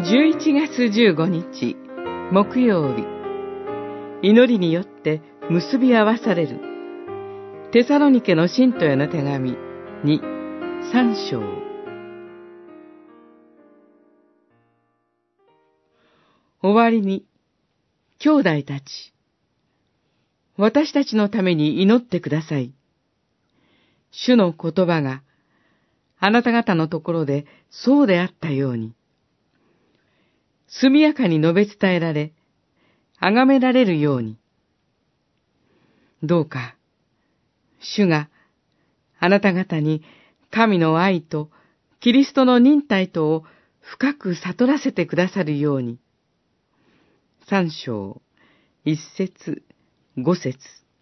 11月15日木曜日、祈りによって結び合わされるテサロニケの信徒への手紙2、3章。終わりに、兄弟たち、私たちのために祈ってください。主の言葉があなた方のところでそうであったように、速やかに述べ伝えられ、崇められるように。どうか、主があなた方に神の愛とキリストの忍耐とを深く悟らせてくださるように。3章、1節、5節。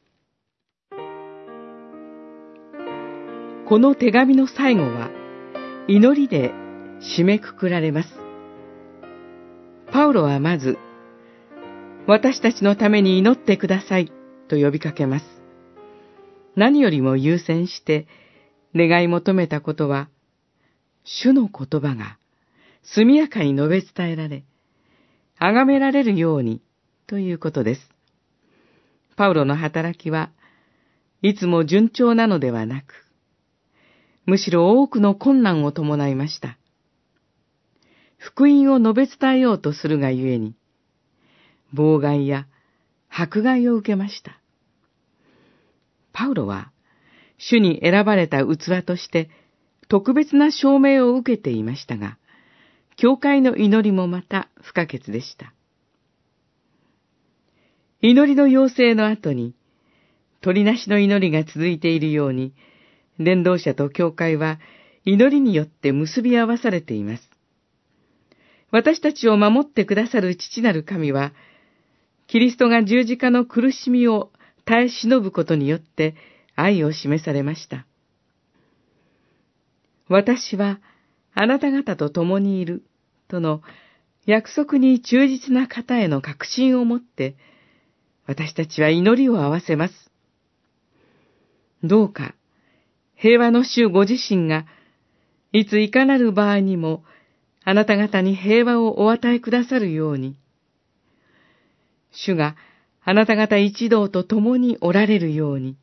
この手紙の最後は、祈りで締めくくられます。パウロはまず、私たちのために祈ってくださいと呼びかけます。何よりも優先して願い求めたことは、主の言葉が速やかに述べ伝えられ、崇められるようにということです。パウロの働きはいつも順調なのではなく、むしろ多くの困難を伴いました。福音を述べ伝えようとするがゆえに、妨害や迫害を受けました。パウロは、主に選ばれた器として特別な証明を受けていましたが、教会の祈りもまた不可欠でした。祈りの要請の後に、取りなしの祈りが続いているように、伝道者と教会は祈りによって結び合わされています。私たちを守ってくださる父なる神は、キリストが十字架の苦しみを耐え忍ぶことによって愛を示されました。私はあなた方と共にいるとの約束に忠実な方への確信を持って、私たちは祈りを合わせます。どうか、平和の主ご自身が、いついかなる場合にも、あなた方に平和をお与えくださるように。主があなた方一同と共におられるように。